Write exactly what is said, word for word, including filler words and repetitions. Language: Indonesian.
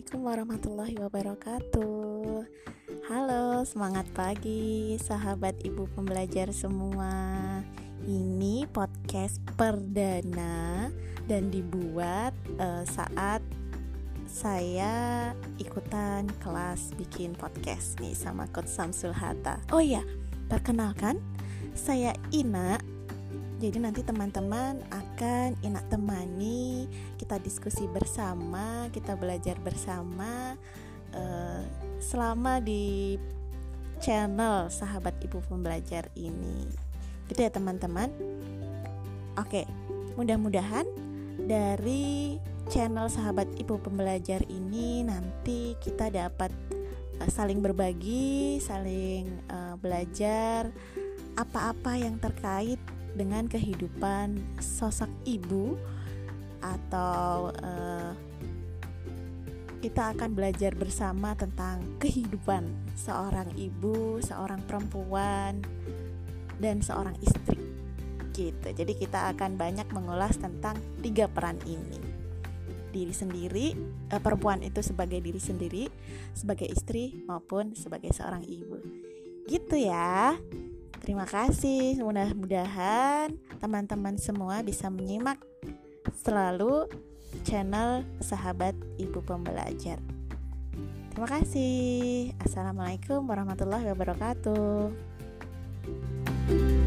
Assalamualaikum warahmatullahi wabarakatuh. Halo, semangat pagi sahabat ibu pembelajar semua. Ini podcast perdana dan dibuat uh, saat saya ikutan kelas bikin podcast nih sama Coach Samsul Hatta. Oh iya, perkenalkan, saya Ina. Jadi nanti teman-teman akan Ina temani, kita diskusi bersama, kita belajar bersama uh, selama di channel Sahabat Ibu Pembelajar ini. Gitu ya teman-teman. Oke, mudah-mudahan dari channel Sahabat Ibu Pembelajar ini nanti kita dapat uh, saling berbagi, saling uh, belajar apa-apa yang terkait dengan kehidupan sosok ibu, atau uh, kita akan belajar bersama tentang kehidupan seorang ibu, seorang perempuan, dan seorang istri gitu. Jadi kita akan banyak mengulas tentang tiga peran ini. Diri sendiri, uh, perempuan itu sebagai diri sendiri, sebagai istri, maupun sebagai seorang ibu. Gitu ya. Terima kasih, mudah-mudahan teman-teman semua bisa menyimak selalu channel Sahabat Ibu Pembelajar. Terima kasih. Assalamualaikum warahmatullahi wabarakatuh.